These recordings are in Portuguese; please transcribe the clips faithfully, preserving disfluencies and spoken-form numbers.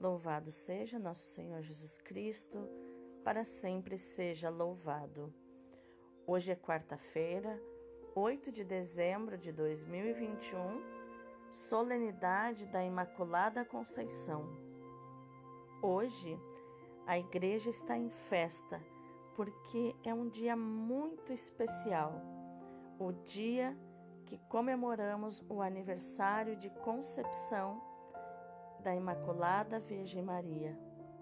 Louvado seja nosso Senhor Jesus Cristo, para sempre seja louvado. Hoje é quarta-feira, oito de dezembro de dois mil e vinte e um, solenidade da Imaculada Conceição. Hoje, a igreja está em festa, porque é um dia muito especial, o dia que comemoramos o aniversário de concepção da Imaculada Virgem Maria,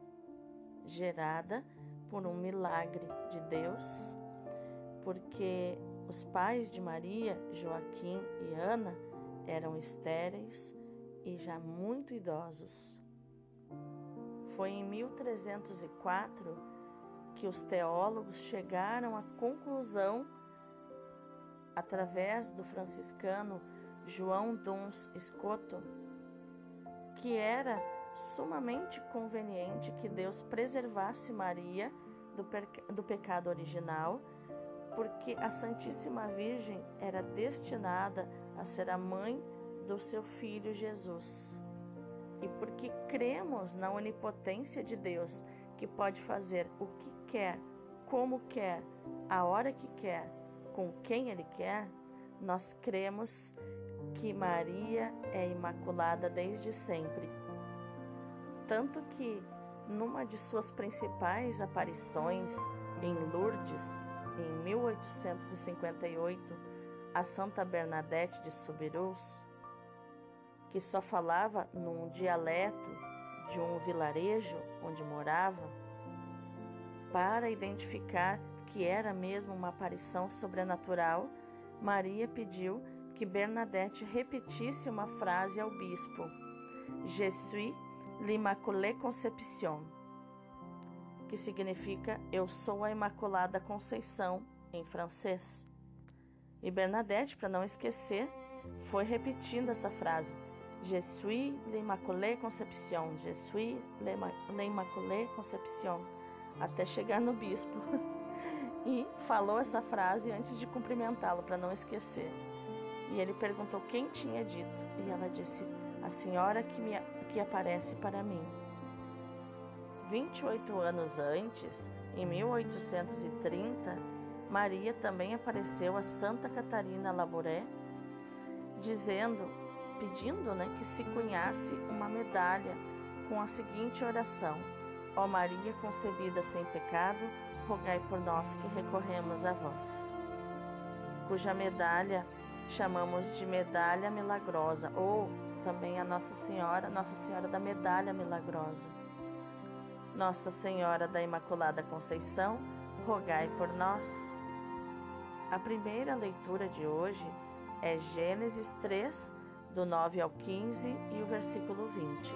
gerada por um milagre de Deus, porque os pais de Maria, Joaquim e Ana, eram estéreis e já muito idosos. Foi em mil trezentos e quatro que os teólogos chegaram à conclusão, através do franciscano João Duns Scoto, que era sumamente conveniente que Deus preservasse Maria do, do pecado original, porque a Santíssima Virgem era destinada a ser a mãe do seu filho Jesus. E porque cremos na onipotência de Deus, que pode fazer o que quer, como quer, a hora que quer, com quem Ele quer, nós cremos que Maria é imaculada desde sempre. Tanto que, numa de suas principais aparições em Lourdes, em mil oitocentos e cinquenta e oito, a Santa Bernadette de Soubirous, que só falava num dialeto de um vilarejo onde morava, para identificar que era mesmo uma aparição sobrenatural, Maria pediu que Bernadette repetisse uma frase ao bispo: Je suis l'Immaculée Conception, que significa Eu sou a Imaculada Conceição, em francês. E Bernadette, para não esquecer, foi repetindo essa frase: Je suis l'Immaculée Conception, Je suis l'Immaculée Conception, até chegar no bispo. E falou essa frase antes de cumprimentá-lo, para não esquecer. E ele perguntou quem tinha dito, e ela disse: a senhora que, me, que aparece para mim. vinte e oito anos antes, em mil oitocentos e trinta, Maria também apareceu a Santa Catarina Labouré, dizendo, pedindo né, que se cunhasse uma medalha com a seguinte oração: Ó Maria concebida sem pecado, rogai por nós que recorremos a vós. Cuja medalha chamamos de medalha milagrosa, ou também a Nossa Senhora, Nossa Senhora da Medalha Milagrosa. Nossa Senhora da Imaculada Conceição, rogai por nós. A primeira leitura de hoje é Gênesis três, do nove ao quinze e o versículo vinte.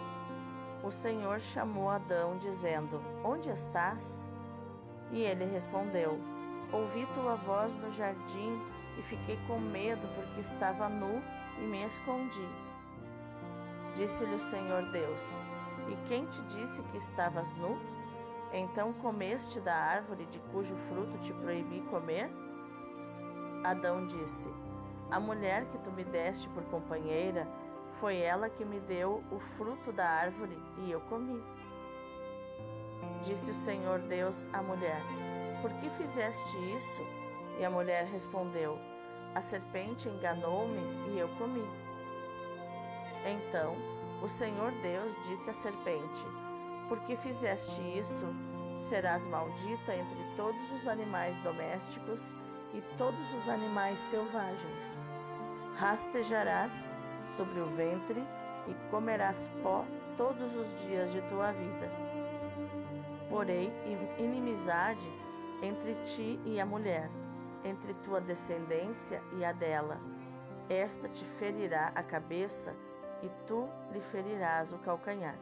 O Senhor chamou Adão, dizendo: Onde estás? E ele respondeu: Ouvi tua voz no jardim e fiquei com medo porque estava nu e me escondi. Disse-lhe o Senhor Deus: E quem te disse que estavas nu? Então comeste da árvore de cujo fruto te proibi comer? Adão disse: A mulher que tu me deste por companheira, foi ela que me deu o fruto da árvore e eu comi. Disse o Senhor Deus à mulher: Por que fizeste isso? E a mulher respondeu: A serpente enganou-me e eu comi. Então o Senhor Deus disse à serpente: Por que fizeste isso? Serás maldita entre todos os animais domésticos e todos os animais selvagens. Rastejarás sobre o ventre e comerás pó todos os dias de tua vida. Porém, inimizade entre ti e a mulher, entre tua descendência e a dela. Esta te ferirá a cabeça e tu lhe ferirás o calcanhar.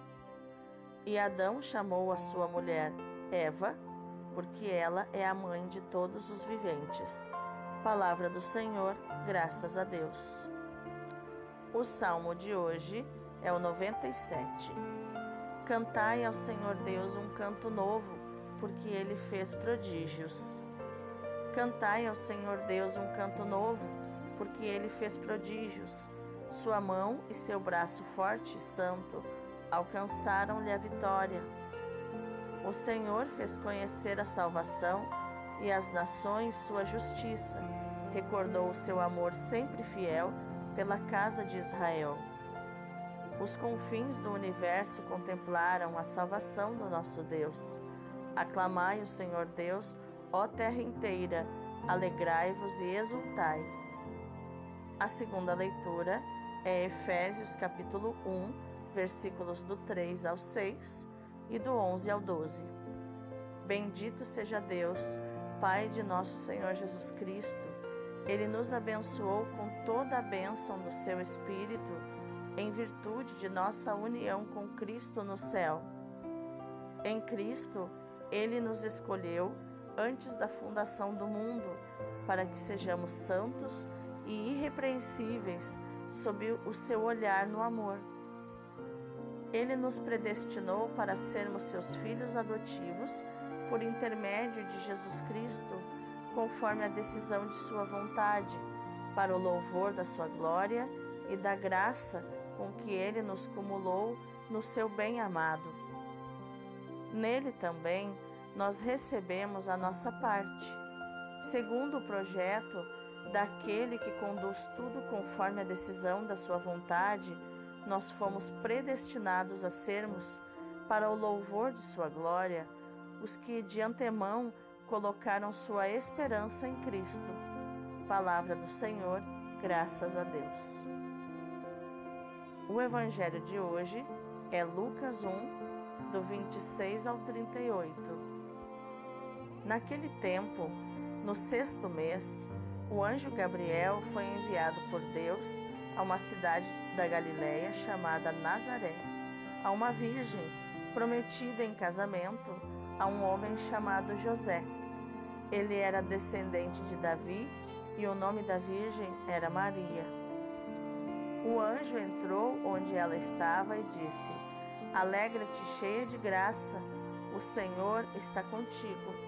E Adão chamou a sua mulher Eva, porque ela é a mãe de todos os viventes. Palavra do Senhor, graças a Deus. O salmo de hoje é o noventa e sete. Cantai ao Senhor Deus um canto novo, porque Ele fez prodígios. Cantai ao Senhor Deus um canto novo, porque Ele fez prodígios. Sua mão e seu braço forte e santo alcançaram-lhe a vitória. O Senhor fez conhecer a salvação e às nações sua justiça. Recordou o seu amor sempre fiel pela casa de Israel. Os confins do universo contemplaram a salvação do nosso Deus. Aclamai o Senhor Deus, ó terra inteira, alegrai-vos e exultai. A segunda leitura é Efésios capítulo um, versículos do três ao seis e do onze ao doze. Bendito seja Deus, Pai de nosso Senhor Jesus Cristo. Ele nos abençoou com toda a bênção do seu Espírito, em virtude de nossa união com Cristo no céu. Em Cristo, Ele nos escolheu antes da fundação do mundo, para que sejamos santos e irrepreensíveis sob o seu olhar no amor. Ele nos predestinou para sermos seus filhos adotivos por intermédio de Jesus Cristo, conforme a decisão de sua vontade, para o louvor da sua glória e da graça com que Ele nos cumulou no seu bem-amado. Nele também nós recebemos a nossa parte, segundo o projeto daquele que conduz tudo conforme a decisão da sua vontade. Nós fomos predestinados a sermos, para o louvor de sua glória, os que de antemão colocaram sua esperança em Cristo. Palavra do Senhor, graças a Deus. O evangelho de hoje é Lucas um, do vinte e seis ao trinta e oito. Naquele tempo, no sexto mês, o anjo Gabriel foi enviado por Deus a uma cidade da Galiléia chamada Nazaré, a uma virgem prometida em casamento a um homem chamado José. Ele era descendente de Davi e o nome da virgem era Maria. O anjo entrou onde ela estava e disse: Alegra-te, cheia de graça, o Senhor está contigo.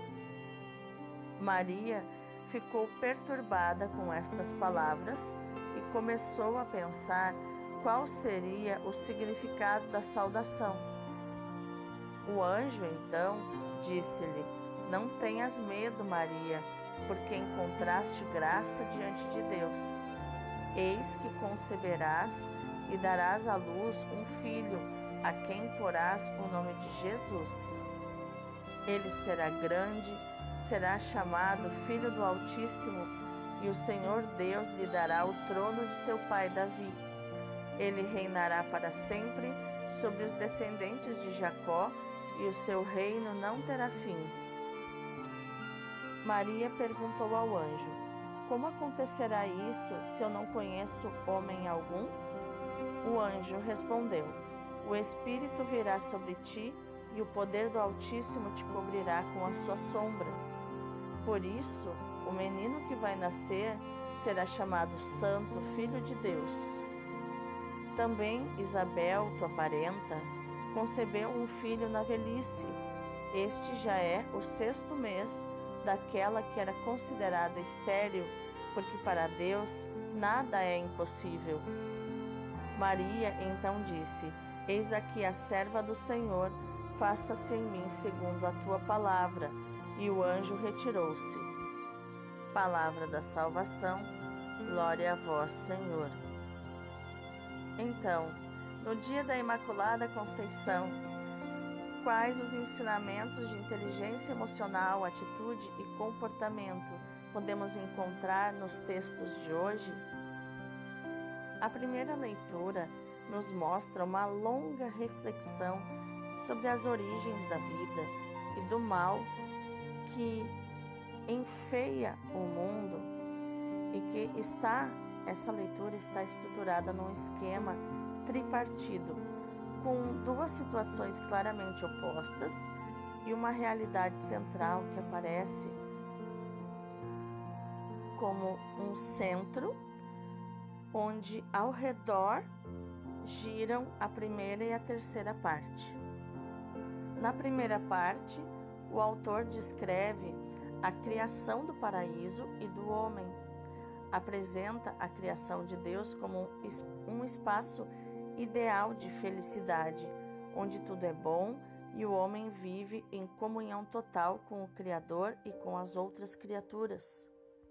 Maria ficou perturbada com estas palavras e começou a pensar qual seria o significado da saudação. O anjo, então, disse-lhe: Não tenhas medo, Maria, porque encontraste graça diante de Deus. Eis que conceberás e darás à luz um filho, a quem porás o nome de Jesus. Ele será grande, será chamado Filho do Altíssimo, e o Senhor Deus lhe dará o trono de seu pai Davi. Ele reinará para sempre sobre os descendentes de Jacó, e o seu reino não terá fim. Maria perguntou ao anjo: Como acontecerá isso se eu não conheço homem algum? O anjo respondeu: O Espírito virá sobre ti, e o poder do Altíssimo te cobrirá com a sua sombra. Por isso, o menino que vai nascer será chamado Santo, Filho de Deus. Também Isabel, tua parenta, concebeu um filho na velhice. Este já é o sexto mês daquela que era considerada estéril, porque para Deus nada é impossível. Maria então disse: Eis aqui a serva do Senhor, faça-se em mim segundo a tua palavra. E o anjo retirou-se. Palavra da salvação, glória a vós, Senhor. Então, no dia da Imaculada Conceição, quais os ensinamentos de inteligência emocional, atitude e comportamento podemos encontrar nos textos de hoje? A primeira leitura nos mostra uma longa reflexão sobre as origens da vida e do mal que enfeia o mundo e que está, essa leitura está estruturada num esquema tripartido, com duas situações claramente opostas e uma realidade central que aparece como um centro, onde ao redor giram a primeira e a terceira parte. Na primeira parte, o autor descreve a criação do paraíso e do homem. Apresenta a criação de Deus como um espaço ideal de felicidade, onde tudo é bom e o homem vive em comunhão total com o Criador e com as outras criaturas.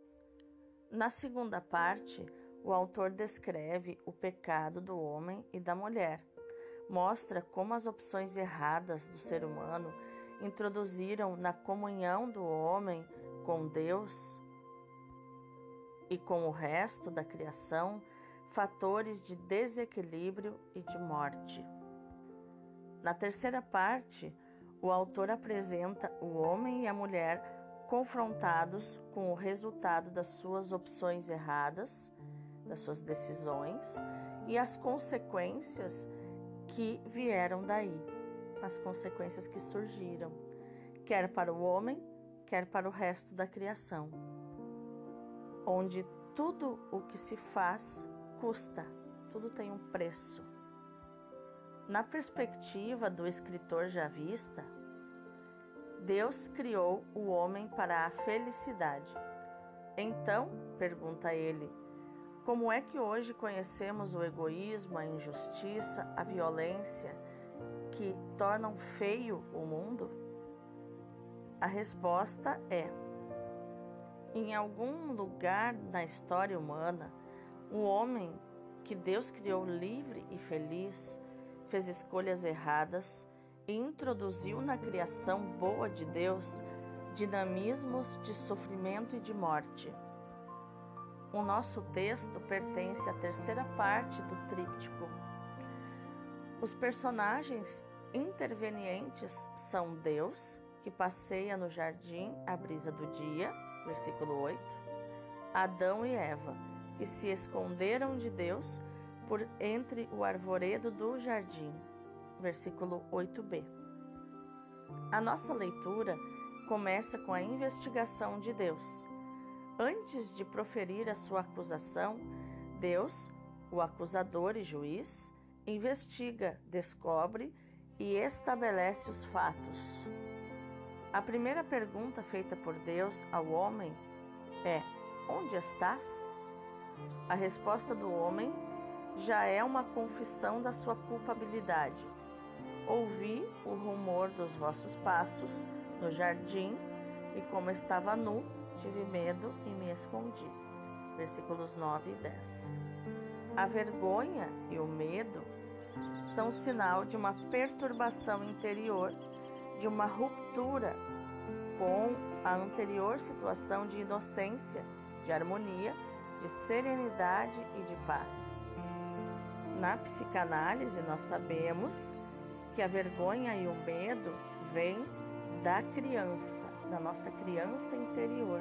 Na segunda parte, o autor descreve o pecado do homem e da mulher. Mostra como as opções erradas do ser humano introduziram na comunhão do homem com Deus e com o resto da criação fatores de desequilíbrio e de morte. Na terceira parte, o autor apresenta o homem e a mulher confrontados com o resultado das suas opções erradas, das suas decisões e as consequências que vieram daí, as consequências que surgiram, quer para o homem, quer para o resto da criação, onde tudo o que se faz custa, tudo tem um preço. Na perspectiva do escritor javista, Deus criou o homem para a felicidade. Então, pergunta ele, como é que hoje conhecemos o egoísmo, a injustiça, a violência que tornam feio o mundo? A resposta é: em algum lugar na história humana, o homem que Deus criou livre e feliz fez escolhas erradas e introduziu na criação boa de Deus dinamismos de sofrimento e de morte. O nosso texto pertence à terceira parte do tríptico. Os personagens intervenientes são Deus, que passeia no jardim à brisa do dia, versículo oito, Adão e Eva, que se esconderam de Deus por entre o arvoredo do jardim, versículo oito b. A nossa leitura começa com a investigação de Deus. Antes de proferir a sua acusação, Deus, o acusador e juiz, investiga, descobre e estabelece os fatos. A primeira pergunta feita por Deus ao homem é: onde estás? A resposta do homem já é uma confissão da sua culpabilidade. Ouvi o rumor dos vossos passos no jardim e, como estava nu, tive medo e me escondi. Versículos nove e dez. A vergonha e o medo são sinal de uma perturbação interior, de uma ruptura com a anterior situação de inocência, de harmonia, de serenidade e de paz. Na psicanálise, nós sabemos que a vergonha e o medo vêm da criança, da nossa criança interior,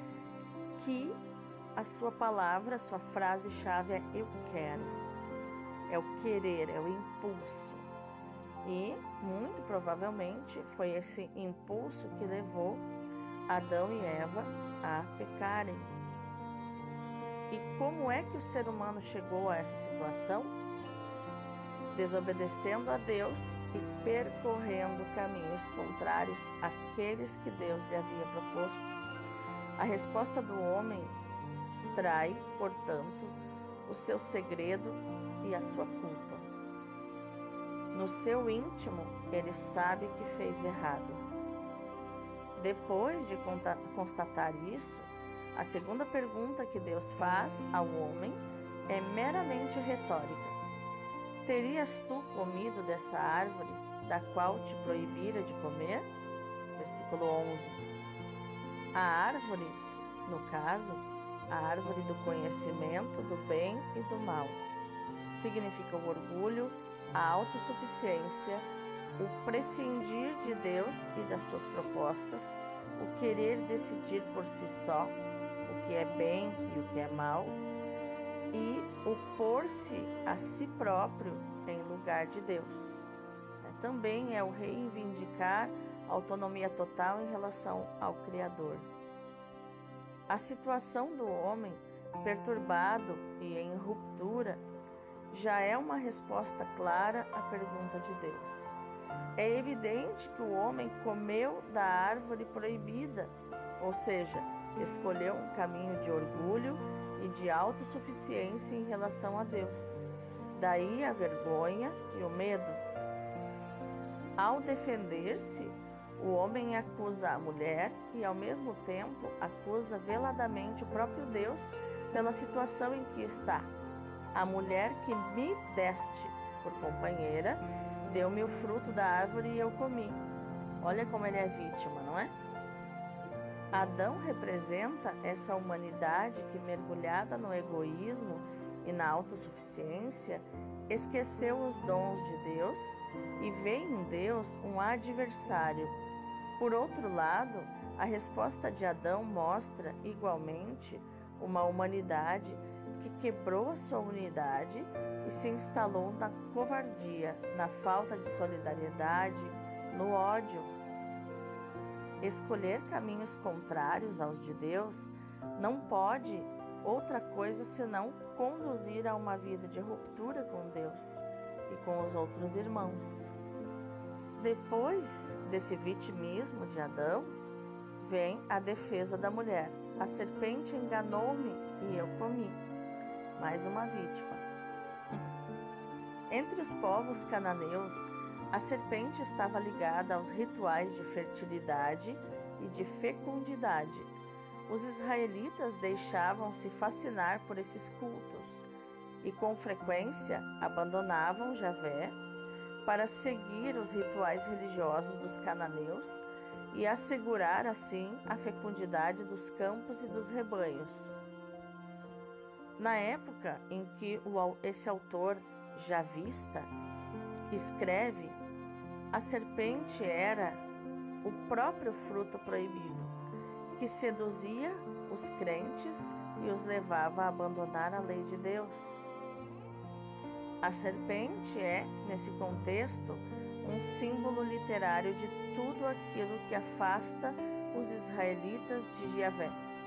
que a sua palavra, a sua frase-chave é eu quero, é o querer, é o impulso. E, muito provavelmente, foi esse impulso que levou Adão e Eva a pecarem. E como é que o ser humano chegou a essa situação? Desobedecendo a Deus e percorrendo caminhos contrários àqueles que Deus lhe havia proposto. A resposta do homem trai, portanto, o seu segredo e a sua culpa. No seu íntimo, ele sabe que fez errado. Depois de constatar isso, a segunda pergunta que Deus faz ao homem é meramente retórica. Terias tu comido dessa árvore da qual te proibira de comer? Versículo onze. A árvore, no caso, a árvore do conhecimento do bem e do mal, significa o orgulho, a autossuficiência, o prescindir de Deus e das suas propostas, o querer decidir por si só o que é bem e o que é mal, e o pôr-se a si próprio em lugar de Deus. Também é o reivindicar a autonomia total em relação ao Criador. A situação do homem perturbado e em ruptura já é uma resposta clara à pergunta de Deus. É evidente que o homem comeu da árvore proibida, ou seja, escolheu um caminho de orgulho e de autossuficiência em relação a Deus. Daí a vergonha e o medo. Ao defender-se, o homem acusa a mulher e, ao mesmo tempo, acusa veladamente o próprio Deus pela situação em que está. A mulher que me deste por companheira deu-me o fruto da árvore e eu comi. Olha como ele é vítima, não é? Adão representa essa humanidade que, mergulhada no egoísmo e na autossuficiência, esqueceu os dons de Deus e vê em Deus um adversário. Por outro lado, a resposta de Adão mostra, igualmente, uma humanidade que quebrou a sua unidade e se instalou na covardia, na falta de solidariedade, no ódio. Escolher caminhos contrários aos de Deus não pode outra coisa senão conduzir a uma vida de ruptura com Deus e com os outros irmãos. Depois desse vitimismo de Adão, vem a defesa da mulher. A serpente enganou-me e eu comi. Mais uma vítima. Entre os povos cananeus, a serpente estava ligada aos rituais de fertilidade e de fecundidade. Os israelitas deixavam-se fascinar por esses cultos e, com frequência, abandonavam Javé para seguir os rituais religiosos dos cananeus e assegurar, assim, a fecundidade dos campos e dos rebanhos. Na época em que o, esse autor javista escreve, a serpente era o próprio fruto proibido, que seduzia os crentes e os levava a abandonar a lei de Deus. A serpente é, nesse contexto, um símbolo literário de tudo aquilo que afasta os israelitas de Javé.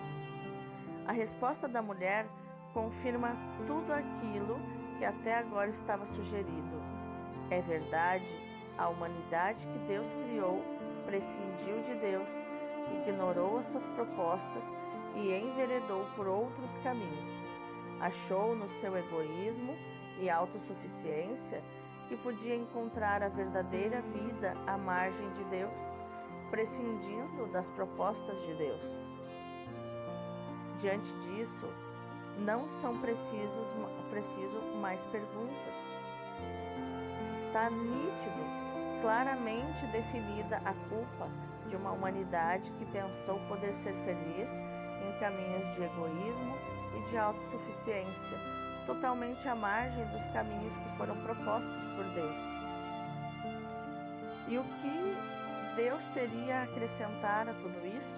A resposta da mulher confirma tudo aquilo que até agora estava sugerido. É verdade, a humanidade que Deus criou prescindiu de Deus, ignorou as suas propostas e enveredou por outros caminhos. Achou no seu egoísmo e autossuficiência que podia encontrar a verdadeira vida à margem de Deus, prescindindo das propostas de Deus. Diante disso, não são precisos, preciso mais perguntas. Está nítido, claramente definida a culpa de uma humanidade que pensou poder ser feliz em caminhos de egoísmo e de autossuficiência, totalmente à margem dos caminhos que foram propostos por Deus. E o que Deus teria a acrescentar a tudo isso?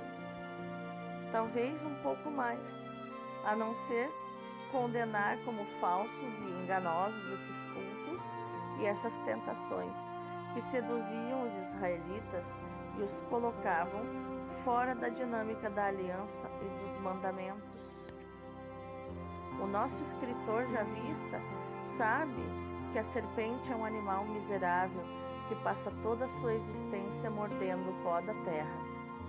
Talvez um pouco mais, a não ser condenar como falsos e enganosos esses cultos e essas tentações que seduziam os israelitas e os colocavam fora da dinâmica da aliança e dos mandamentos. O nosso escritor javista sabe que a serpente é um animal miserável que passa toda a sua existência mordendo o pó da terra.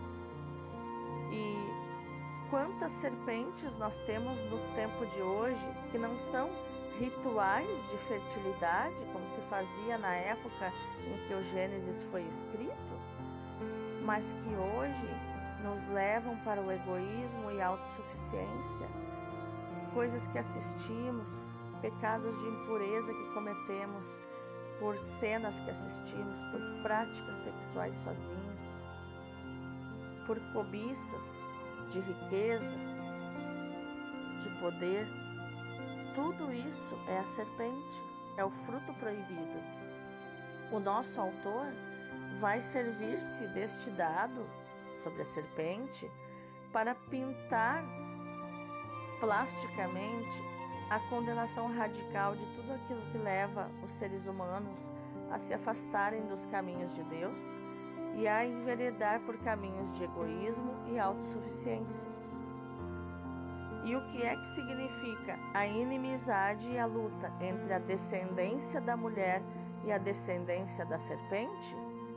E quantas serpentes nós temos no tempo de hoje que não são rituais de fertilidade, como se fazia na época em que o Gênesis foi escrito, mas que hoje nos levam para o egoísmo e a autossuficiência, coisas que assistimos, pecados de impureza que cometemos por cenas que assistimos, por práticas sexuais sozinhos, por cobiças de riqueza, de poder. Tudo isso é a serpente, é o fruto proibido. O nosso autor vai servir-se deste dado sobre a serpente para pintar plasticamente a condenação radical de tudo aquilo que leva os seres humanos a se afastarem dos caminhos de Deus e a enveredar por caminhos de egoísmo e autossuficiência. E o que é que significa a inimizade e a luta entre a descendência da mulher e a descendência da serpente?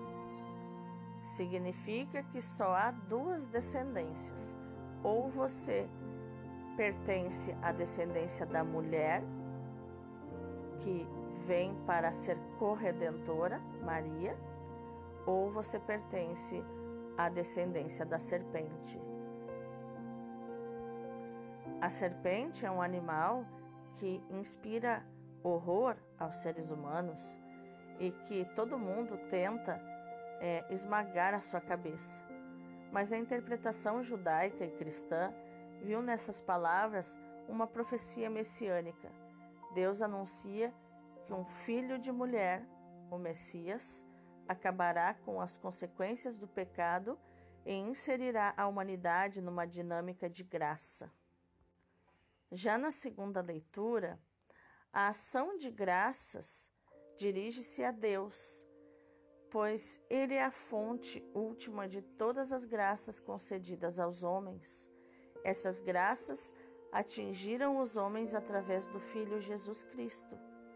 Significa que só há duas descendências. Ou você pertence à descendência da mulher, que vem para ser corredentora, Maria, ou você pertence à descendência da serpente. A serpente é um animal que inspira horror aos seres humanos e que todo mundo tenta é, esmagar a sua cabeça. Mas a interpretação judaica e cristã viu nessas palavras uma profecia messiânica. Deus anuncia que um filho de mulher, o Messias, acabará com as consequências do pecado e inserirá a humanidade numa dinâmica de graça. Já na segunda leitura, a ação de graças dirige-se a Deus, pois Ele é a fonte última de todas as graças concedidas aos homens. Essas graças atingiram os homens através do Filho Jesus Cristo.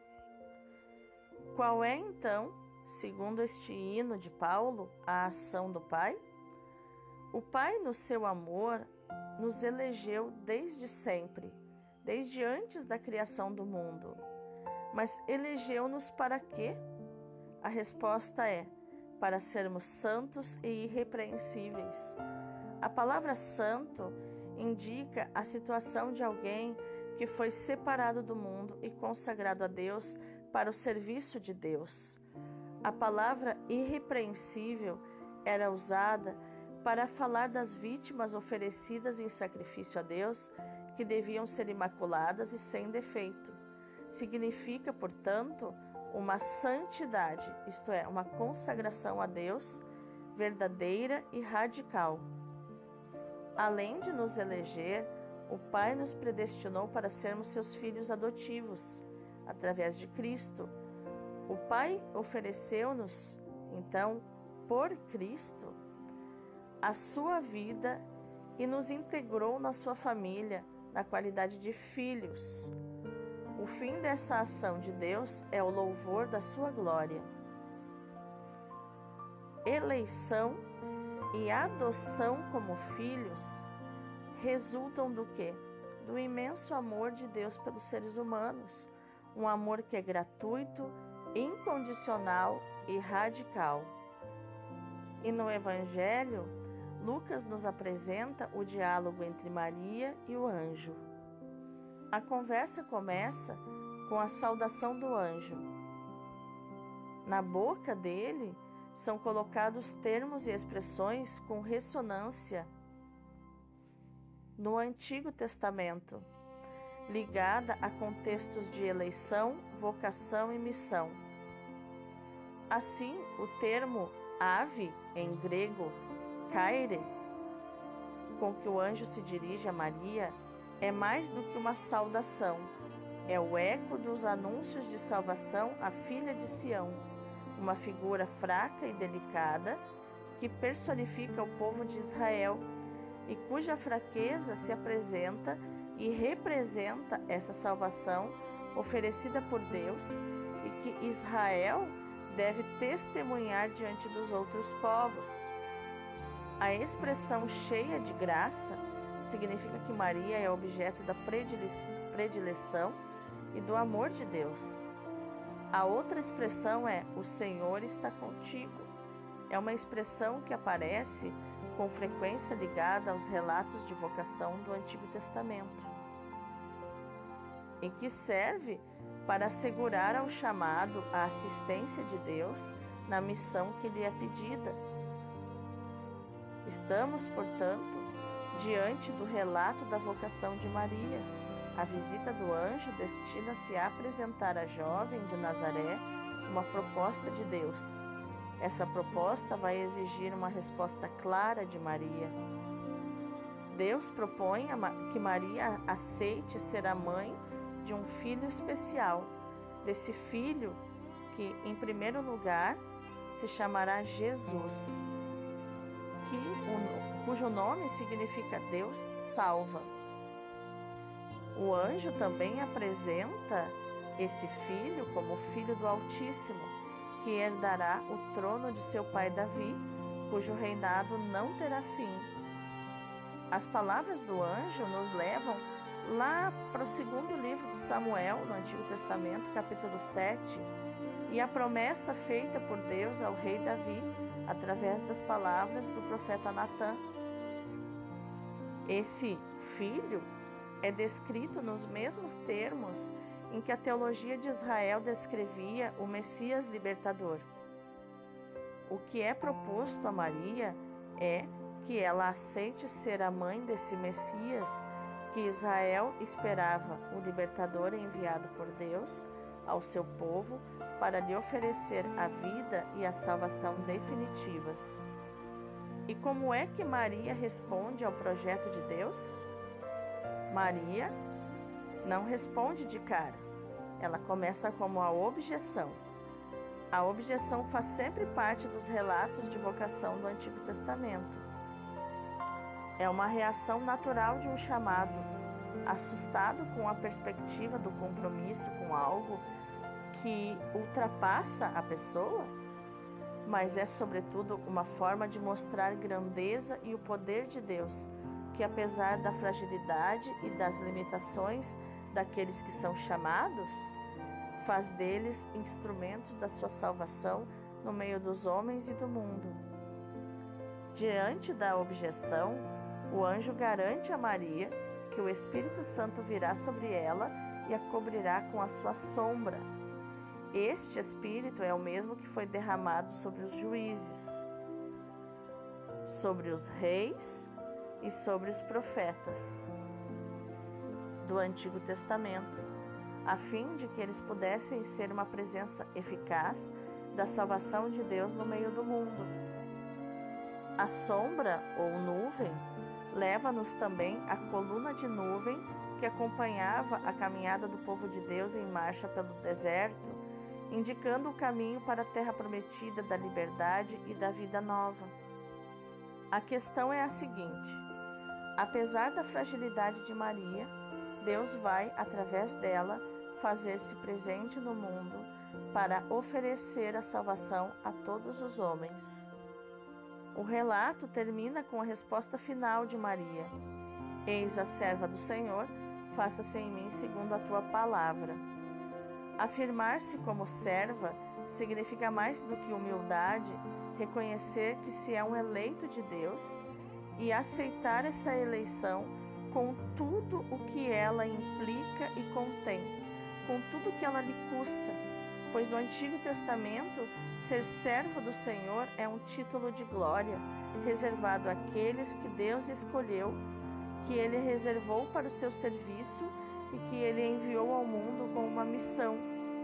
Qual é, então, segundo este hino de Paulo, a ação do Pai? O Pai, no seu amor, nos elegeu desde sempre, desde antes da criação do mundo. Mas elegeu-nos para quê? A resposta é: para sermos santos e irrepreensíveis. A palavra santo indica a situação de alguém que foi separado do mundo e consagrado a Deus para o serviço de Deus. A palavra irrepreensível era usada para falar das vítimas oferecidas em sacrifício a Deus, que deviam ser imaculadas e sem defeito. Significa, portanto, uma santidade, isto é, uma consagração a Deus verdadeira e radical. Além de nos eleger, o Pai nos predestinou para sermos seus filhos adotivos, através de Cristo. O Pai ofereceu-nos, então, por Cristo, a sua vida e nos integrou na sua família, na qualidade de filhos. O fim dessa ação de Deus é o louvor da sua glória. Eleição e adoção como filhos resultam do quê? Do imenso amor de Deus pelos seres humanos, um amor que é gratuito, incondicional e radical. E no Evangelho, Lucas nos apresenta o diálogo entre Maria e o anjo. A conversa começa com a saudação do anjo. Na boca dele são colocados termos e expressões com ressonância no Antigo Testamento, ligada a contextos de eleição, vocação e missão. Assim, o termo ave, em grego, kaire, com que o anjo se dirige a Maria, é mais do que uma saudação. É o eco dos anúncios de salvação à filha de Sião, uma figura fraca e delicada que personifica o povo de Israel e cuja fraqueza se apresenta e representa essa salvação oferecida por Deus e que Israel deve testemunhar diante dos outros povos. A expressão cheia de graça significa que Maria é objeto da predileção e do amor de Deus. A outra expressão é: o Senhor está contigo. É uma expressão que aparece com frequência ligada aos relatos de vocação do Antigo Testamento e que serve para assegurar ao chamado a assistência de Deus na missão que lhe é pedida. Estamos, portanto, diante do relato da vocação de Maria. A visita do anjo destina-se a apresentar à jovem de Nazaré uma proposta de Deus. Essa proposta vai exigir uma resposta clara de Maria. Deus propõe que Maria aceite ser a mãe de um filho especial, desse filho que, em primeiro lugar, se chamará Jesus, que, cujo nome significa Deus salva. O anjo também apresenta esse filho como filho do Altíssimo, que herdará o trono de seu pai Davi, cujo reinado não terá fim. As palavras do anjo nos levam lá para o segundo livro de Samuel, no Antigo Testamento, capítulo sete, e a promessa feita por Deus ao rei Davi através das palavras do profeta Natã. Esse filho é descrito nos mesmos termos em que a teologia de Israel descrevia o Messias libertador. O que é proposto a Maria é que ela aceite ser a mãe desse Messias que Israel esperava, o libertador enviado por Deus ao seu povo para lhe oferecer a vida e a salvação definitivas. E como é que Maria responde ao projeto de Deus? Maria não responde de cara. Ela começa como a objeção. A objeção faz sempre parte dos relatos de vocação do Antigo Testamento. É uma reação natural de um chamado, assustado com a perspectiva do compromisso com algo que ultrapassa a pessoa, mas é sobretudo uma forma de mostrar grandeza e o poder de Deus, que apesar da fragilidade e das limitações daqueles que são chamados, faz deles instrumentos da sua salvação no meio dos homens e do mundo. Diante da objeção, o anjo garante a Maria que o Espírito Santo virá sobre ela e a cobrirá com a sua sombra. Este Espírito é o mesmo que foi derramado sobre os juízes, sobre os reis e sobre os profetas do Antigo Testamento, a fim de que eles pudessem ser uma presença eficaz da salvação de Deus no meio do mundo. A sombra ou nuvem leva-nos também à coluna de nuvem que acompanhava a caminhada do povo de Deus em marcha pelo deserto, indicando o caminho para a terra prometida da liberdade e da vida nova. A questão é a seguinte: apesar da fragilidade de Maria, Deus vai, através dela, fazer-se presente no mundo para oferecer a salvação a todos os homens. O relato termina com a resposta final de Maria: Eis a serva do Senhor, faça-se em mim segundo a tua palavra. Afirmar-se como serva significa mais do que humildade, reconhecer que se é um eleito de Deus e aceitar essa eleição com tudo o que ela implica e contém, com tudo o que ela lhe custa, pois no Antigo Testamento, ser servo do Senhor é um título de glória, reservado àqueles que Deus escolheu, que Ele reservou para o seu serviço e que Ele enviou ao mundo com uma missão.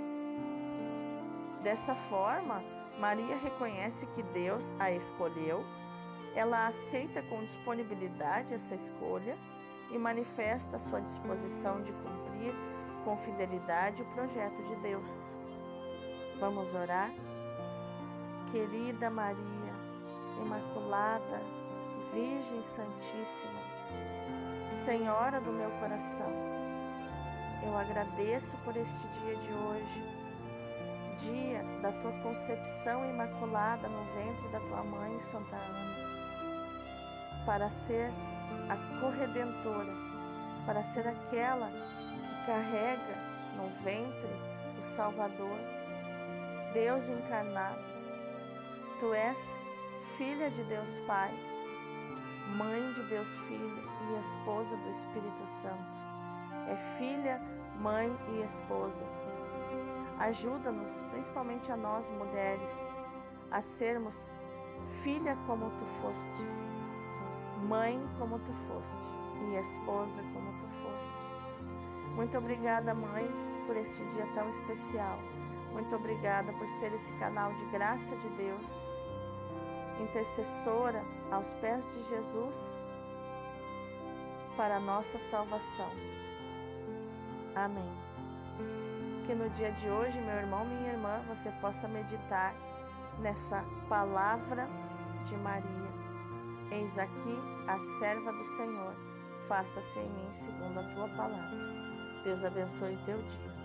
Dessa forma, Maria reconhece que Deus a escolheu, ela aceita com disponibilidade essa escolha e manifesta a sua disposição de cumprir com fidelidade o projeto de Deus. Vamos orar? Querida Maria, Imaculada, Virgem Santíssima, Senhora do meu coração, eu agradeço por este dia de hoje, dia da tua concepção imaculada no ventre da tua mãe, Santa Ana, para ser a corredentora, para ser aquela que carrega no ventre o Salvador, Deus encarnado. Tu és filha de Deus Pai, mãe de Deus Filho e esposa do Espírito Santo. É filha, mãe e esposa. Ajuda-nos, principalmente a nós mulheres, a sermos filha como tu foste, mãe como tu foste e esposa como tu foste. Muito obrigada, Mãe, por este dia tão especial. Muito obrigada por ser esse canal de graça de Deus, intercessora aos pés de Jesus para a nossa salvação. Amém. Que no dia de hoje, meu irmão, minha irmã, você possa meditar nessa palavra de Maria. Eis aqui a serva do Senhor, faça-se em mim segundo a tua palavra. Deus abençoe teu dia.